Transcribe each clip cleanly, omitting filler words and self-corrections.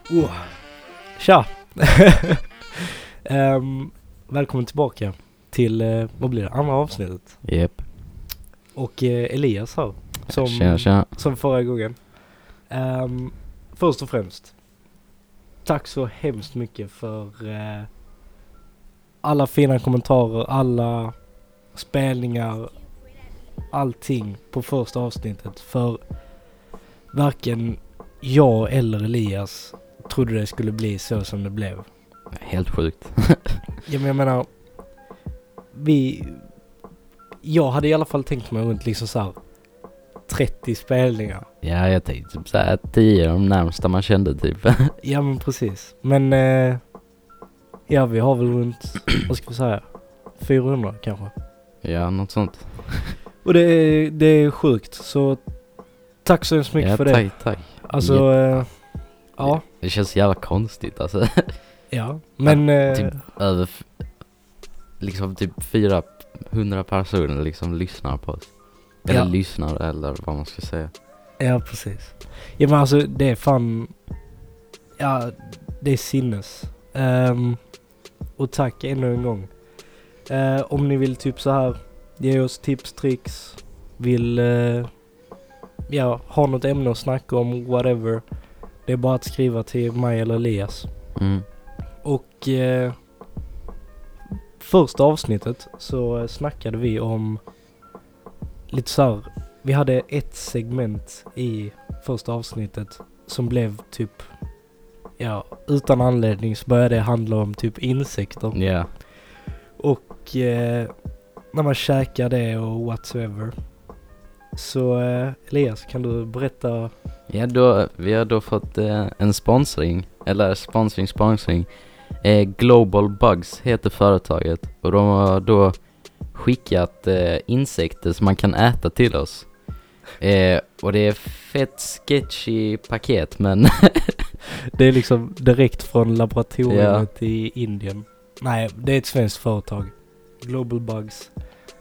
Tja! Välkommen tillbaka till, vad blir det, andra avsnittet. Yep. Och Elias här, Tjena. som förra gången. Först och främst, tack så hemskt mycket för alla fina kommentarer, alla spelningar, allting på första avsnittet. För varken jag eller Elias trodde det skulle bli så som det blev. Helt sjukt. Ja, men jag menar, jag hade i alla fall tänkt mig runt liksom så här 30 spelningar. Ja, jag tänkte typ såhär 10 de närmsta man kände typ. Ja, men precis. Men ja, vi har väl runt, vad ska vi säga, 400 kanske. Ja, något sånt. Och det är sjukt, så tack så hemskt mycket för det. Tack. Alltså, ja. Det känns jävla konstigt alltså. Ja, men typ över liksom typ 400 personer liksom lyssnar på oss. Eller lyssnar, eller vad man ska säga. Ja, precis. Ja, men alltså det är fan, ja, det är sinnes. Och tack ännu en gång. Om ni vill typ så här ge oss tips, tricks, vill ha något ämne att snacka om, whatever. Det är bara att skriva till mig eller Elias. Och första avsnittet så snackade vi om lite så här, vi hade ett segment i första avsnittet som blev typ, utan anledning så började det handla om typ insekter. Ja. Yeah. Och när man käkar det och whatsoever. Så Elias, kan du berätta? Ja, vi har då fått en sponsring. Global Bugs heter företaget. Och de har då skickat insekter som man kan äta till oss. Och det är fett sketchy paket, men det är liksom direkt från laboratoriet i Indien. Nej, det är ett svenskt företag. Global Bugs.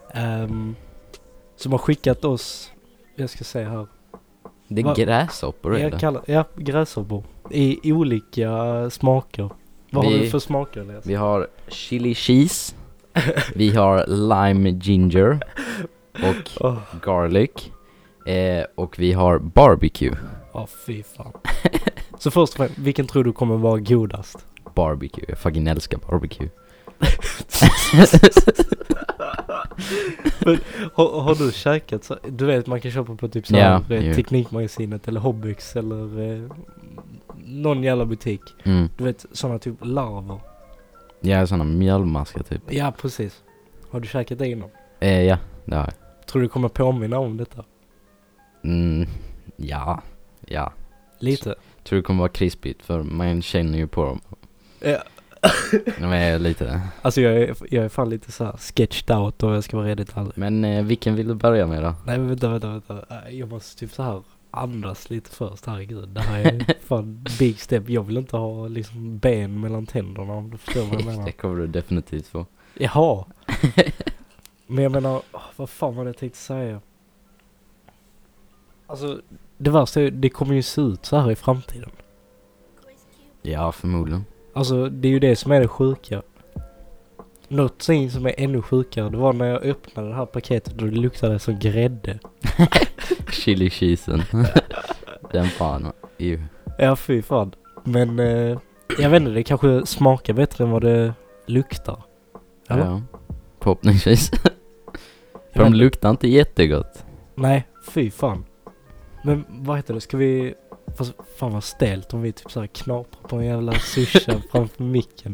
Som har skickat oss, jag ska säga här. Det är gräshoppor, eller? Gräshoppor. I olika smaker. Vad har du för smaker, Elias? Vi har chili cheese. Vi har lime ginger. Och garlic. Och vi har barbecue. Fy fan. Så först och främst, vilken tror du kommer vara godast? Barbecue. Jag fucking älskar barbecue. Men, har du käkat så, du vet man kan köpa på typ så här, Teknikmagasinet eller Hobbyx eller någon jävla butik. Du vet såna typ larver. Ja, såna mjölmaskar typ. Ja, precis. Har du käkat det innan? Ja, det har jag. Tror du kommer påminna om detta? Ja. Lite. Tror det kommer vara krispigt, för man känner ju på dem. Ja. Men jag är lite. Alltså jag är fan lite så här sketched out, och jag ska vara redigt aldrig. Men vilken vill du börja med då? Nej, men vänta. Jag måste typ så här andas lite först, herregud. Det här är fan big step. Jag vill inte ha liksom ben mellan tänderna, om du förstår vad jag menar. Det kommer du definitivt få. Jaha. Men jag menar, vad fan var det jag tänkte säga? Alltså, det värsta är, det kommer ju se ut så här i framtiden. Ja, förmodligen. Alltså, det är ju det som är det sjuka. Något som är ännu sjukare, det var när jag öppnade det här paketet och det luktade som grädde. Chili cheesen. Den fan. Ja, fy fan. Men jag vet inte, det kanske smakar bättre än vad det luktar. Eller? Ja, förhoppningsvis. För de luktar inte jättegott. Nej, fy fan. Men vad heter det? Ska vi... Fan vad stelt om vi typ så här knaprar på en jävla susha framför micken.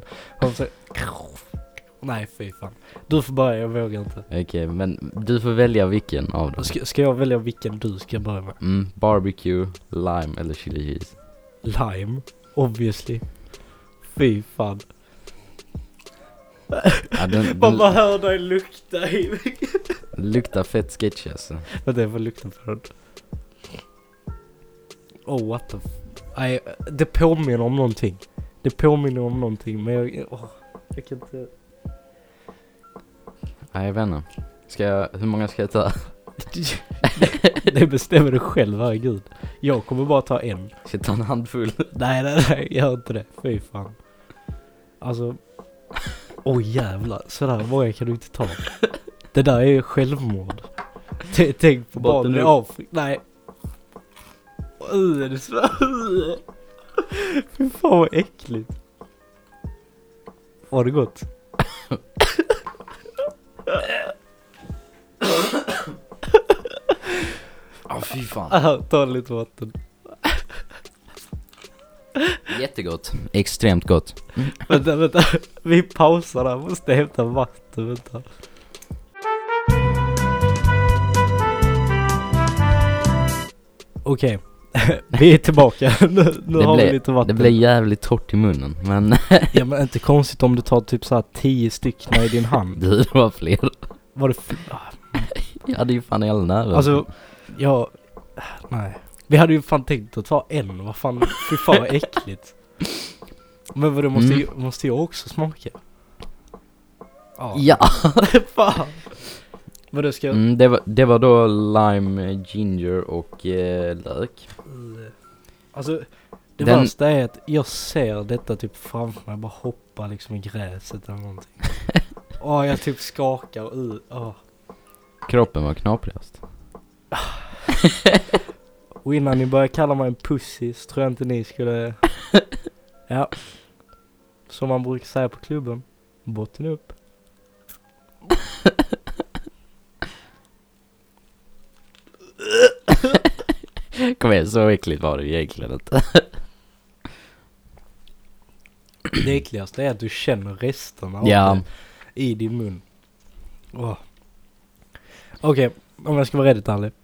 Nej, fy fan. Du får börja, jag vågar inte. Okej, men du får välja vilken av dem. Ska jag välja vilken du ska börja med? Barbecue, lime eller chili cheese? Lime, obviously. Fy fan. Ja, man bara hör dig lukta i. Luktar fett sketchy alltså. Vad det är för lukta på den? What the Nej, det påminner om någonting. Men jag kan inte. Nej, jag vet inte. Hur många ska jag ta? Det bestämmer du själv, herregud. Jag kommer bara ta en. Ska jag ta en handfull? Nej, gör inte det. Fy fan. Alltså, jävlar. Sådär många kan du inte ta. Det där är ju självmord. Tänk på barnen i Afrika. Nej. Det är så. Fy fan vad äckligt. Var det gott? Fy fan. Ta lite vatten. Jättegott. Extremt gott. Vänta. Vi pausar där. Måste hämta vatten. Vänta. Okej. Vi är tillbaka. Nu har vi lite vatten. Det blir jävligt torrt i munnen. Men ja, men inte konstigt om du tar typ så här 10 stycken i din hand. Det var fler. Var det Jag hade ju fan hela näven. Alltså, nej. Vi hade ju fan tänkt att ta en. Vad fan, fy fan vad äckligt. Men vad måste jag också smaka? Ja. Fan. Vad det ska det var då lime, ginger och lök. Alltså, det värsta är att jag ser detta typ framför mig. Bara hoppa liksom i gräset eller någonting. Jag typ skakar och Kroppen var knaprigast. Och innan ni börjar kalla mig en pussy så tror jag inte ni skulle... Ja. Som man brukar säga på klubben. Botten upp. Kom igen, så äckligt var det egentligen inte. Det äckligaste är att du känner resterna av det i din mun. Okej, om jag ska vara rädd ärlig.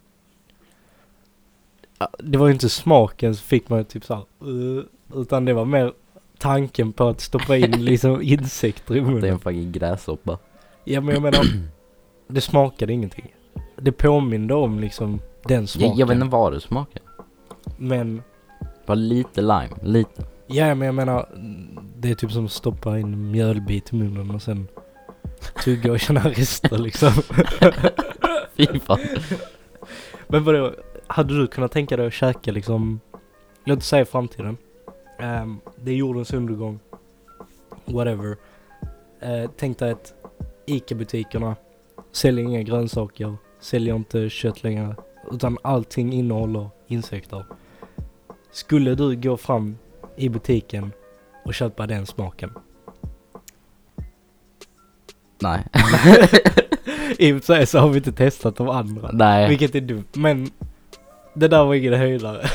Det var ju inte smaken som fick mig typ såhär, utan det var mer tanken på att stoppa in liksom insekter i munnen. Det är en fucking gräshoppa. Ja, men jag menar, det smakade ingenting. Det påminner om liksom den smaken. Jag vet inte vad det smakar. Men bara lite lime, lite. Ja, men jag menar, det är typ som att stoppa in en mjölbit i munnen och sen tugga och känna rester liksom. Fy fan. Men vadå, hade du kunnat tänka dig att käka liksom, låt oss säga framtiden. Det är jordens undergång. Whatever. Tänk dig att ICA-butikerna säljer inga grönsaker, säljer inte kött längre, utan allting innehåller insekter. Skulle du gå fram i butiken och köpa den smaken? Nej. I och för sig så har vi inte testat de andra. Nej. Vilket är dumt. Men det där var ingen höjdare.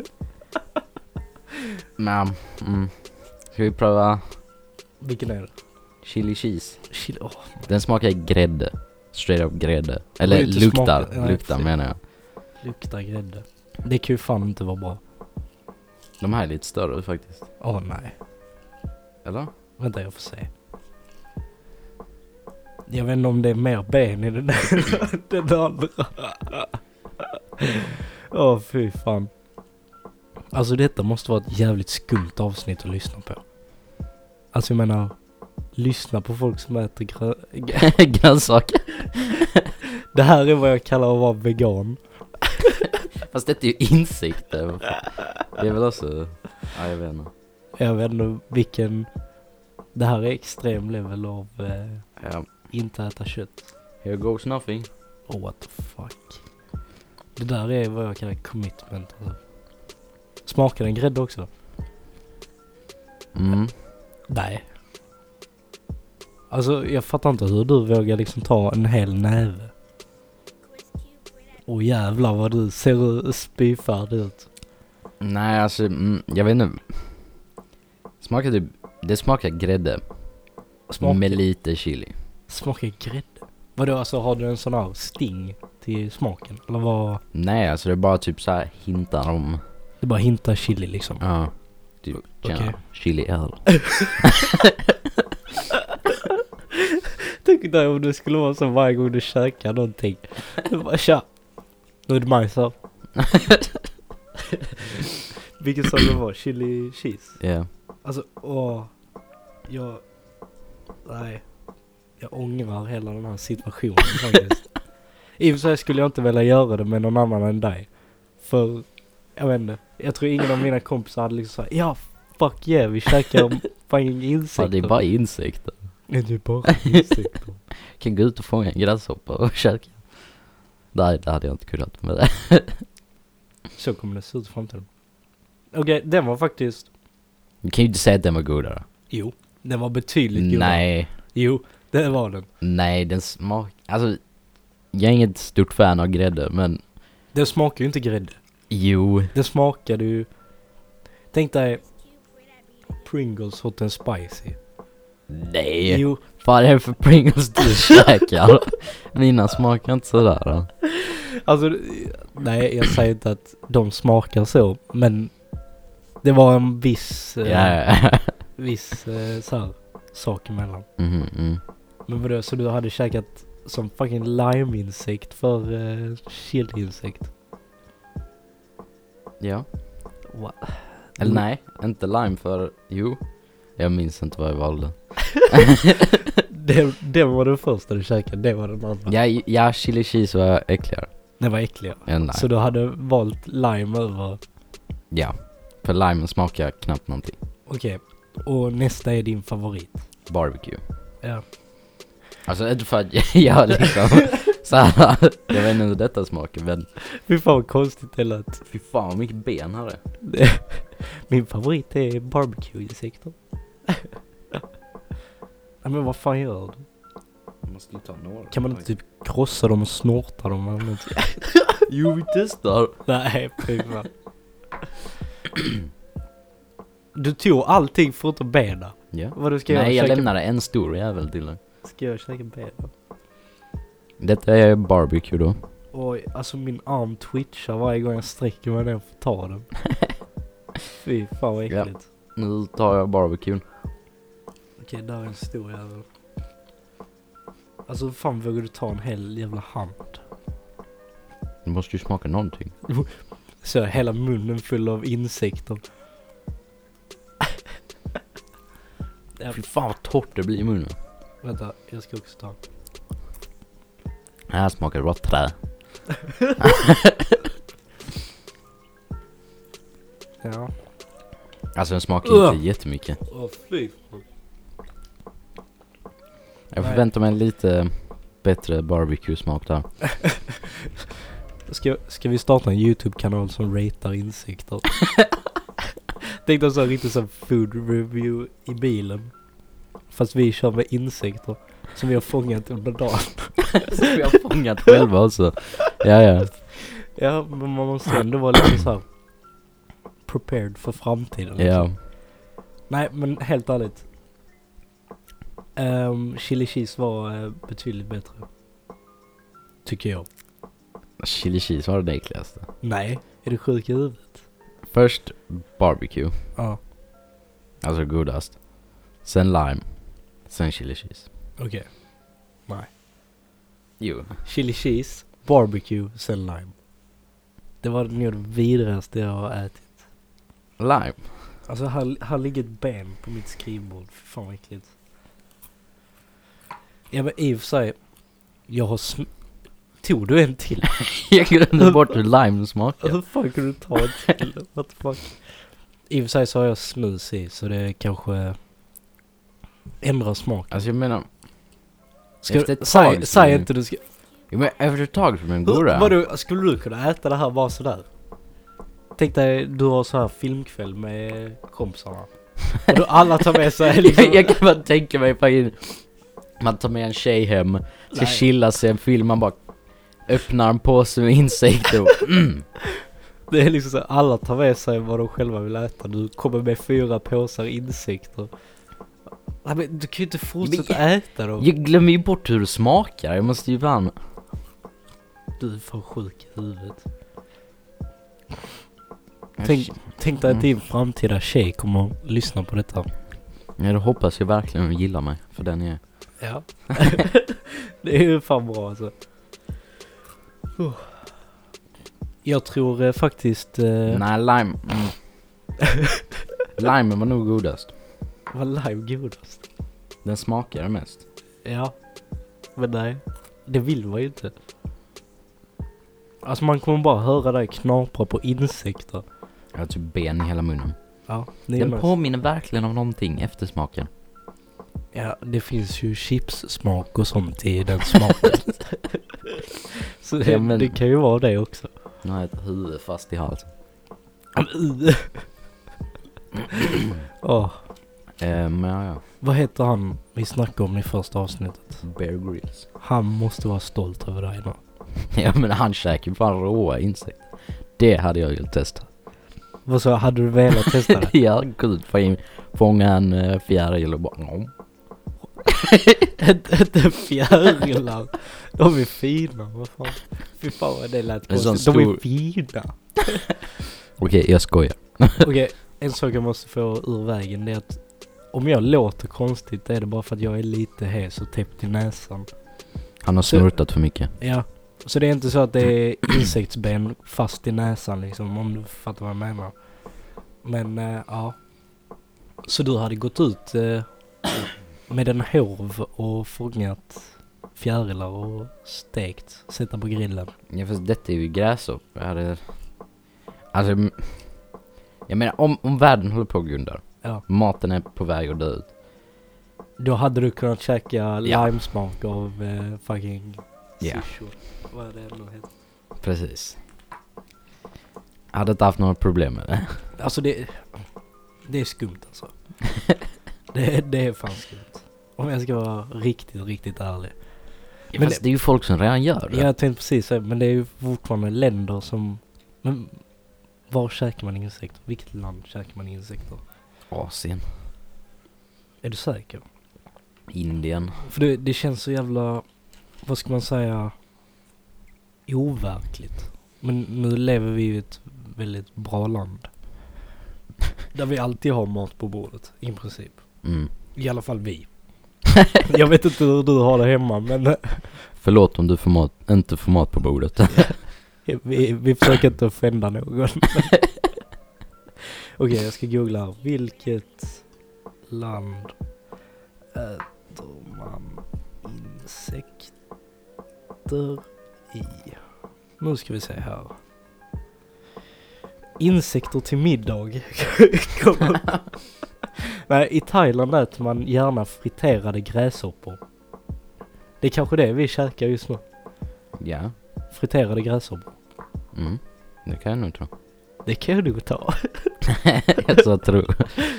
Men, ska vi pröva? Vilken är det? Chili cheese. Chili, Den smakar grädde. Straight up grädde. Eller luktar menar jag. Luktar grädde. Det kan ju fan inte vara bra. De här är lite större faktiskt. Nej. Eller? Vänta, jag får se. Jag vet inte om det är mer ben i den där. Den andra. Fy fan. Alltså detta måste vara ett jävligt skumt avsnitt att lyssna på. Alltså jag menar, lyssna på folk som äter grönsaker. Det här är vad jag kallar att vara vegan. Fast det är ju insekter. Det är väl också... Ja, jag vet inte vilken... Det här är extrem level av inte äta kött. Here goes nothing. What the fuck. Det där är vad jag kallar commitment. Alltså. Smakar den grädde också? Nej. Alltså jag fattar inte hur du vågar liksom ta en hel näve. Jävlar vad du ser spyfärdig ut. Nej, alltså jag vet inte. Det smakar grädde. Med lite chili. Smakar grädde? Vadå, alltså har du en sån här sting till smaken? Eller vad? Nej, alltså det är bara typ så här hintar om. Det bara hintar chili liksom. Ja. Typ chili öl. Tänk dig om det skulle vara så varje gång du käkar någonting. Du bara tja. Nu är det majs här. Vilken sa det var? Chili cheese? Ja. Yeah. Alltså, Nej. Jag ångrar hela den här situationen faktiskt. I och för sig skulle jag inte vilja göra det med någon annan än dig. För, jag vet inte. Jag tror ingen av mina kompisar hade liksom sagt, ja, fuck yeah, vi käkar fucking insekter. Ja, det är bara insekter. Det är bara insekter. Kan gå ut och fånga en gräshoppa och käka. Nej, det hade jag inte kunnat med det. Så kommer det se ut i framtiden. Okej, den var faktiskt... Du kan ju inte säga att den var godare. Jo, den var betydligt godare. Nej. Jo, det var den. Nej, den smak... Alltså, jag är inget stort fan av grädde, men... Den smakar ju inte grädde. Jo. Den smakade ju... Tänk dig Pringles Hot and Spicy. Nej. Jo. Vad är det för Pringles du käkar? Mina smakar inte sådär. Då. Alltså, nej, jag säger inte att de smakar så, men det var en viss viss så här sak emellan. Men vadå, så du hade käkat som fucking lime-insekt för chili-insekt? Ja. What? Eller nej, inte lime för... Jo. Jag minns inte vad jag valde. det var det första du käkade, det var den andra. Ja, chili cheese var äckligare. Det var äckligare. Ja, så du hade valt lime över... Ja, för lime smakar knappt någonting. Okej, och nästa är din favorit. Barbecue. Ja. Alltså inte för att jag liksom såhär, jag vet inte hur detta smakar, men... Fy fan vad konstigt det lät. Fy fan vad mycket ben har det. Min favorit är barbecue-insekter. Nej, men vad fan gör du? Jag måste ta några. Kan man inte typ krossa dem och snorta dem eller något? Jo, vi testar. Nej, fy fan. Du tog allting förutom bena. Ja. Vad ska Nej, jag käka... lämnade en stor jävel till dig. Ska jag käka bena? Detta är barbecue då. Oj, alltså min arm twitchar varje gång jag sträcker mig ner för att ta den. Fy fan vad äckligt. Ja. Nu tar jag barbecuen. Okej, där är en stor jävel. Alltså fan vågar du ta en hel jävla hand? Du måste ju smaka någonting. Så hela munnen full av insekter. Fy fan vad torrt det blir i munnen. Vänta, jag ska också ta. Det här smakar bara trä. Ja. Alltså den smakar inte jättemycket. Åh fy. Jag förväntar mig lite bättre barbecue-smak där. Ska vi starta en YouTube-kanal som ratear insekter? Tänkte så riktigt som food review i bilen. Fast vi kör med insekter som vi har fångat under dagen. Som vi har fångat själva också. Ja. Ja, men man måste ändå vara lite så här prepared för framtiden. Liksom. Ja. Nej, men helt ärligt. Chili cheese var betydligt bättre. Tycker jag. Chili cheese var det äckligaste. Nej, är du sjuk i huvudet? Först barbecue. Ja. Alltså godast. Sen lime. Sen chili cheese. Okej. Nej. Jo. Chili cheese, barbecue, sen lime. Det var nog det vidrigaste jag har ätit. Lime? Alltså här ligger ett ben på mitt skrivbord. Fy fan vad äckligt. Ja, men i och för sig, jag har tog du en till? Jag glömde bort hur lime smakar. Hur fan kan du ta en till? What the fuck? I och för sig så har jag snus i, så det kanske ändrar smak. Alltså jag menar... Säg inte du ska... Ja, men efter ett tag som en goda. Vadå, skulle du kunna äta det här bara sådär? Tänk dig, du har så här filmkväll med kompisarna. Och då alla tar med sig liksom... jag kan bara tänka mig på in. Man tar med en tjej hem, ska chilla sig en film, man bara öppnar en påse med insekter. Det är liksom så alla tar med sig vad de själva vill äta. Du kommer med 4 påsar insekter. Nej, men du kan ju inte fortsätta äta dem. Jag glömmer ju bort hur det smakar. Jag måste ju fan... Du är för sjuk i huvudet. Tänk dig att din framtida tjej kommer att lyssna på detta. Ja, det hoppas jag verkligen hon gillar mig för den är. Ja. Det är ju fan bra alltså. Jag tror faktiskt... Nej, lime. Lime var nog godast. Var lime godast? Den smakar mest. Ja. Men nej. Det vill man ju inte. Alltså man kommer bara höra dig knapra på insekter. Jag har typ ben i hela munnen. Ja, det är Den nice. påminner verkligen om någonting, eftersmaken. Ja, det finns ju chipssmak och sånt i den smaken. Så det, Ja, men- det kan ju vara det också. Nu har jag ett huvud fast i halsen. Åh, Men ja. vad heter han vi snackade om i första avsnittet? Bear Grylls. Han måste vara stolt över dig nu. Ja, men han käkar ju fan råa insekter. Det hade jag velat testa. Vad så, hade du velat testa det? Ja, gud, fånga en fjäril och bara... Inte fjärilar. De är fina, vad fan. Fy fan vad det lät En sån konstigt. De är stor- fina. Okej, jag skojar. Okej, en sak jag måste få ur vägen det är att om jag låter konstigt är det bara för att jag är lite hes och täppt i näsan. Han har snurtat för mycket. Ja, så det är inte så att det är insektsben fast i näsan liksom, om du fattar vad jag menar. Men ja. Så du hade gått ut med en horv och fångat fjärilar och stekt, sätta på grillen. Ja, fast detta är ju gräshopp. Jag hade... Alltså... Jag menar, om världen håller på att gå under. Ja. Maten är på väg att dö ut. Då hade du kunnat käka Ja. limesmak av fucking Ja. Sichuan. Vad är det ändå heter? Precis. Jag hade inte haft några problem med det. Alltså det är skumt alltså. det är fan skumt. Om jag ska vara riktigt ärlig. Men det är ju folk som redan gör det. Jag tänkte precis säga, men det är ju fortfarande länder som... Men var käkar man insekter? Vilket land käkar man insekter? Asien. Är du säker? Indien. För det känns så jävla... Vad ska man säga? Overkligt. Men nu lever vi i ett väldigt bra land. Där vi alltid har mat på bordet, i princip. Mm. I alla fall vi. Jag vet inte hur du har det hemma, men Förlåt om du inte får mat på bordet. vi försöker inte offenda någon. Okej, jag ska googla här. Vilket land äter man insekter i? Nu ska vi se här. Insekter till middag. Kom upp. Nej, i Thailand äter man gärna friterade gräshoppor. Det är kanske det vi käkar just nu. Ja. Friterade gräshoppor. Mm. Det kan jag nog tro. Det kan du nog ta. Jag så tror.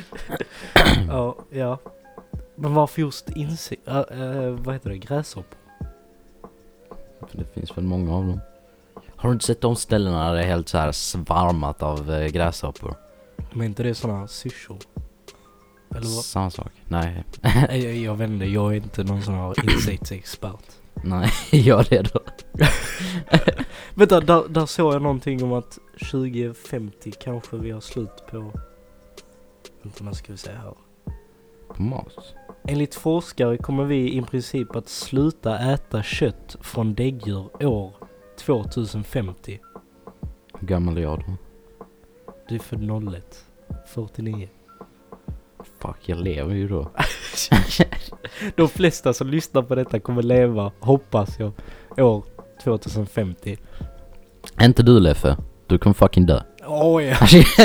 Ja. Men varför just vad heter det? Gräshoppor? För det finns väl många av dem. Har du inte sett de ställena där det är helt så här svarmat av gräshoppor? Men inte det sådana syrsor? Eller vad? Samma sak. Nej. Jag vet inte, jag är inte någon sån här insektsexpert. Nej, gör det då. Vänta, där såg jag någonting om att 2050 kanske vi har slut på... Vänta, nu ska vi se här. På mat? Enligt forskare kommer vi i princip att sluta äta kött från däggdjur år 2050. Hur gammal är jag då? Du är född 01. 49. Fuck, jag lever ju då. De flesta som lyssnar på detta kommer leva, hoppas jag, år 2050. Är inte du, Leffe? Du kommer fucking dö. Åh ja.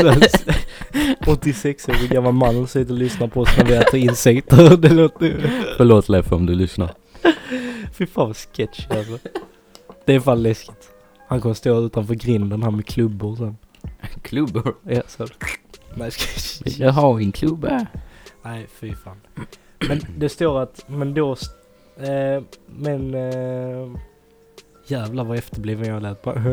86-årig gammal man som sitter och lyssnar på oss när vi äter insekter. Det låter... Förlåt, Leffe, om du lyssnar. Fy fan vad sketch alltså. Det är fan läskigt. Han kommer stå utanför grinden här med klubbor sen. Klubbor? Ja, så. Nej, Jag har en klubba. Nej, fy fan. Men det står att, men då, jävlar vad efterbliven jag lät bara.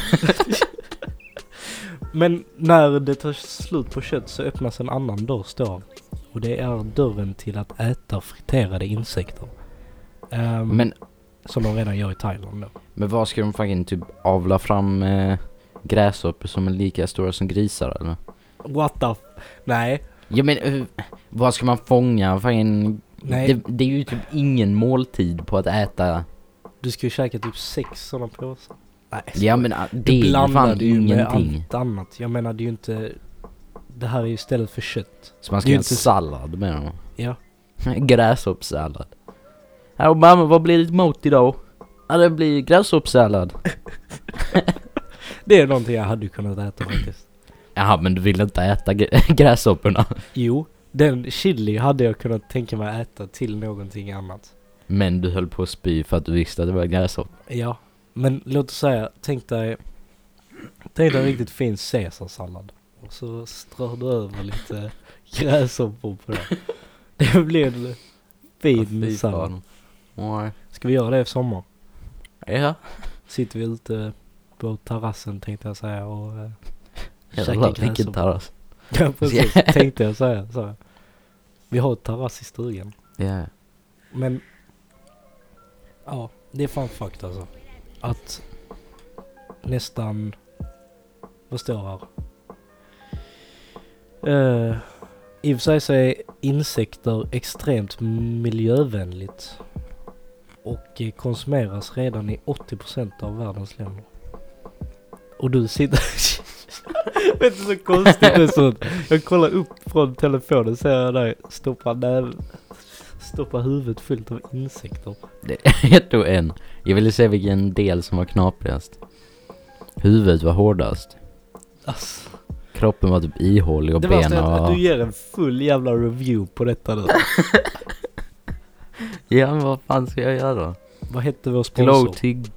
Men när det tar slut på kött så öppnas en annan dörr, står. Och det är dörren till att äta friterade insekter. Men som de redan gör i Thailand då. Men vad ska de fucking typ avla fram gräshoppor som är lika stora som grisar, eller? What the nej. Ja, men vad ska man fånga? Fucking... Nej. Det är ju typ ingen måltid på att äta. Du ska ju käka typ 6 sådana påsar. Nej. Ja, men det du är ju blandar fan det ju med ingenting. allt annat. Jag menar det är ju inte. Det här är ju istället för kött. Så man ska det är göra en inte- sallad med dem. Ja. Gräshoppsallad. Ja, mamma, vad blir ditt mat idag? Ja, det blir gräshoppsallad. Det är någonting jag hade kunnat äta faktiskt. Jaha, men du vill inte äta gräshopporna? Jo, den chili hade jag kunnat tänka mig att äta till någonting annat. Men du höll på att spy för att du visste att det var gräshoppor. Ja, men låt oss säga, tänk dig en riktigt fin caesarsallad. Och så strör du över lite gräshoppor på det. Det blir en fin sallad. Ska vi göra det i sommar? Ja. Sitter vi ute på terrassen tänkte jag säga och Jävlar, vilken terrass. Ja, precis. Tänkte jag säga. Så. Vi har ett terrass i stugan. Ja. Yeah. Men ja, det är fan fakt alltså. Att nästan, vad står här? I och för sig så är insekter extremt miljövänligt och konsumeras redan i 80% av världens länder. Och du sitter... Vet du, så konstigt det är sånt. Jag kollar upp från telefonen och ser jag där stoppa huvudet fullt av insekter. Det är ett och en. Jag ville se vilken del som var knaprigast. Huvudet var hårdast. Alltså. Kroppen var typ ihålig och benen var... att du ger en full jävla review på detta nu. Ja, men vad fan ska jag göra? Vad hette vår sponsor?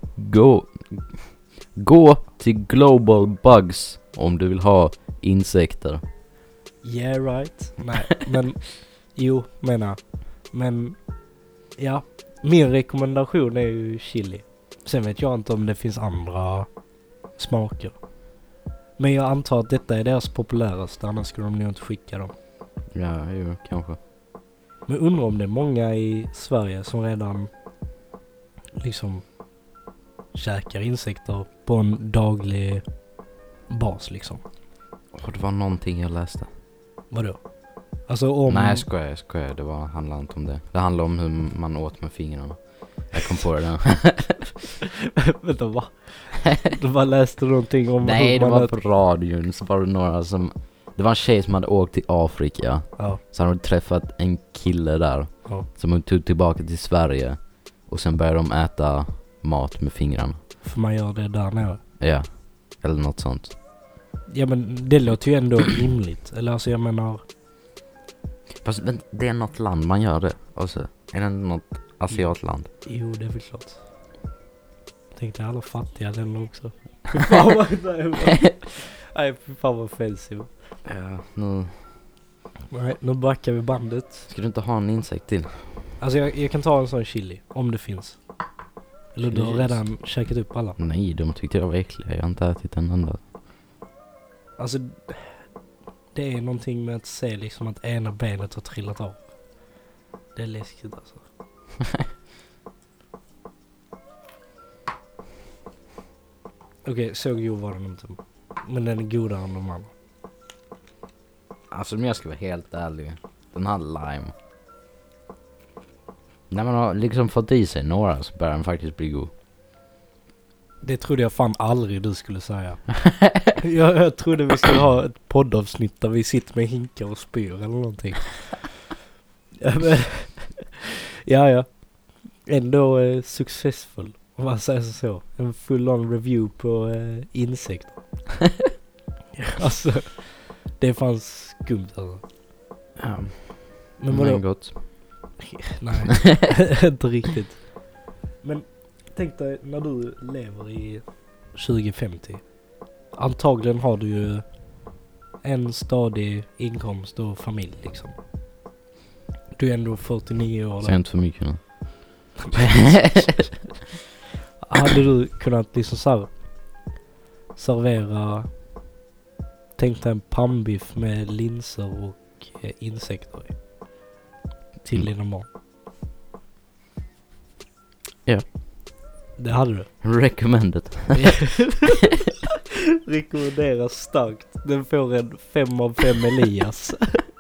Gå till Global Bugs om du vill ha insekter. Yeah right. Nej, men jo, menar. Men ja, min rekommendation är ju chili. Sen vet jag inte om det finns andra smaker. Men jag antar att detta är deras populäraste, annars skulle de nog inte skicka dem. Ja, jo, kanske. Men undrar om det är många i Sverige som redan liksom käkar insekter på en daglig bas liksom. Det var någonting jag läste. Vadå? Alltså om... Nej, jag skojar. Det handlar inte om det. Det handlar om hur man åt med fingrarna. Jag kom på det där. Vänta, va? Du bara läste någonting om... Nej, det var på radion. Så var det några som... Det var en tjej som hade åkt till Afrika. Ja. Så hade de träffat en kille där. Ja. Som hon tog tillbaka till Sverige. Och sen började de äta mat med fingrarna. För man gör det där nere. Ja, eller något sånt. Ja, men det låter ju ändå rimligt. Eller alltså jag menar... Fast det är något land man gör det. Alltså, är det något asiatland? Jo, det är väl klart. Jag tänkte alla fattiga länder också. Fy fan vad nej, fy fan vad offensiv. Ja, nu... Nej, nu backar vi bandet. Ska du inte ha en insekt till? Alltså jag kan ta en sån chili, om det finns. Eller du har redan käkat upp alla. Nej, de tyckte jag var äckliga. Jag har inte ätit en enda. Alltså, det är någonting med att se liksom att ena benet har trillat av. Det är läskigt alltså. Okej, så god var den inte. Men den är godare än de andra. Alltså om jag ska vara helt ärlig. Den här lime. När man har liksom fått i sig några så börjar den faktiskt bli god. Det trodde jag fan aldrig du skulle säga. jag trodde vi skulle ha ett poddavsnitt där vi sitter med hinkar och spyr eller någonting. Ja. Ändå successful. Om man säger så. En full-on review på insekter. Alltså, det fanns skumt alltså. Ja. Men vadå? Gott. Nej, inte riktigt. Men tänk dig när du lever i 2050. Antagligen har du ju en stadig inkomst och familj liksom. Du är ändå 49 år. Säg inte för mycket nu. Hade du kunnat liksom så här servera, tänk dig en pannbiff med linser och insekter i till dina barn? Ja. Det hade du. Recommended. Rekommenderas starkt. Den får en 5 av 5 Elias.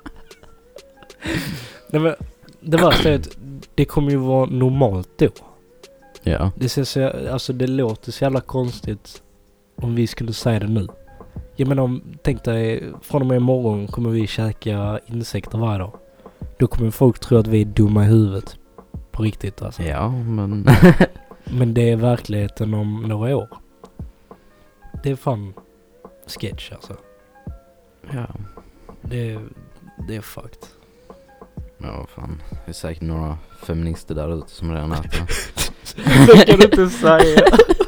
Nej, men det värsta är att det kommer ju vara normalt då. Ja. Det låter så jävla konstigt om vi skulle säga det nu. Jag menar, tänk dig, från och med imorgon kommer vi käka insekter varje dag. Då kommer folk tro att vi är dumma i huvudet. På riktigt alltså. Ja, men... Men det är verkligheten om några år. det är fan sketch alltså. Ja. Det är fucked. Ja, fan. Det är säkert några feminister där ute som redan äter. Det kan du inte säga.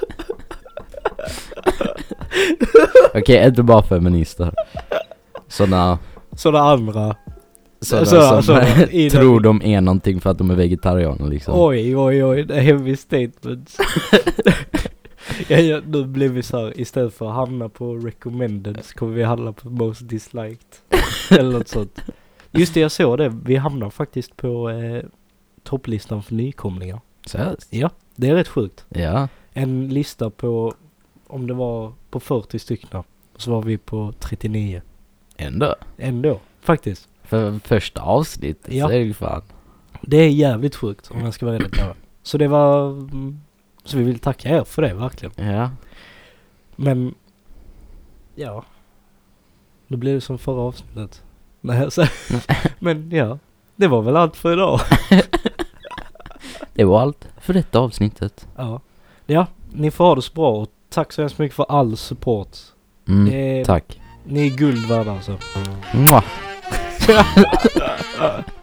Okej, inte bara feminister. Sådana andra. som i tror de är någonting för att de är vegetarianer liksom. Oj, det är heavy statements. Nu blir vi så här, istället för att hamna på recommended så kommer vi hamna på most disliked. Eller något sånt. Just det, jag såg det. Vi hamnar faktiskt på topplistan för nykomlingar. Seriöst? Ja, det är rätt sjukt. Ja. En lista på, om det var på 40 stycken, så var vi på 39. Ändå, faktiskt. För första avsnittet Ja. så är det ju fan. Det är jävligt sjukt om jag ska vara rätt klar. Så det var... Så vi vill tacka er för det, verkligen. Ja. Men... Ja. Då blir det som förra avsnittet. Nej, så, men ja. Det var väl allt för idag. Det var allt för detta avsnittet. Ja, ni får ha det så bra. Och tack så hemskt mycket för all support. Tack. Ni är guld värda alltså. Mwah.